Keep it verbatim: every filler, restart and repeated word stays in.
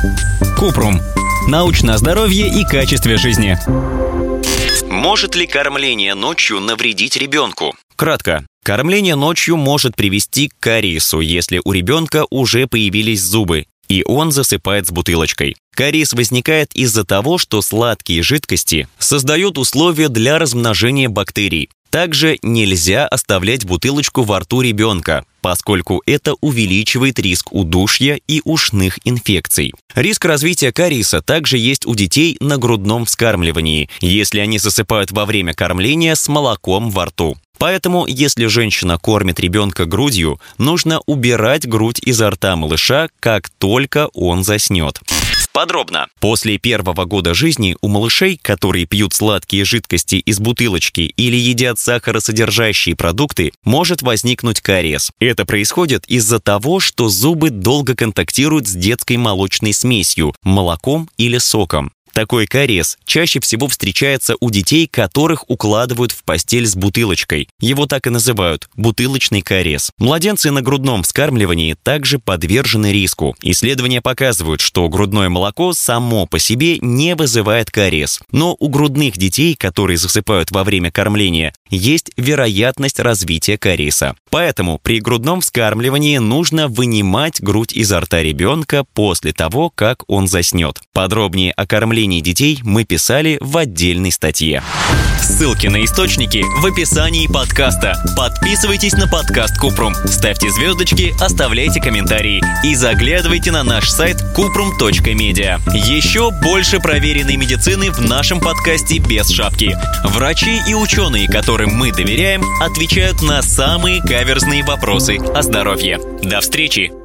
Купрум. Научное здоровье и качестве жизни. Может ли кормление ночью навредить ребенку? Кратко. Кормление ночью может привести к кариесу, если у ребенка уже появились зубы, и он засыпает с бутылочкой. Кариес возникает из-за того, что сладкие жидкости создают условия для размножения бактерий. Также нельзя оставлять бутылочку во рту ребенка, поскольку это увеличивает риск удушья и ушных инфекций. Риск развития кариеса также есть у детей на грудном вскармливании, если они засыпают во время кормления с молоком во рту. Поэтому, если женщина кормит ребенка грудью, нужно убирать грудь изо рта малыша, как только он заснет. Подробно. После первого года жизни у малышей, которые пьют сладкие жидкости из бутылочки или едят сахаросодержащие продукты, может возникнуть кариес. Это происходит из-за того, что зубы долго контактируют с детской молочной смесью, молоком или соком. Такой кариес чаще всего встречается у детей, которых укладывают в постель с бутылочкой. Его так и называют – бутылочный кариес. Младенцы на грудном вскармливании также подвержены риску. Исследования показывают, что грудное молоко само по себе не вызывает кариес. Но у грудных детей, которые засыпают во время кормления, есть вероятность развития кариеса. Поэтому при грудном вскармливании нужно вынимать грудь изо рта ребенка после того, как он заснет. Подробнее о кормлении детей мы писали в отдельной статье. Ссылки на источники в описании подкаста. Подписывайтесь на подкаст Купрум, ставьте звездочки, оставляйте комментарии и заглядывайте на наш сайт купрум точка медиа. Еще больше проверенной медицины в нашем подкасте без шапки. Врачи и ученые, которым мы доверяем, отвечают на самые каверзные вопросы о здоровье. До встречи!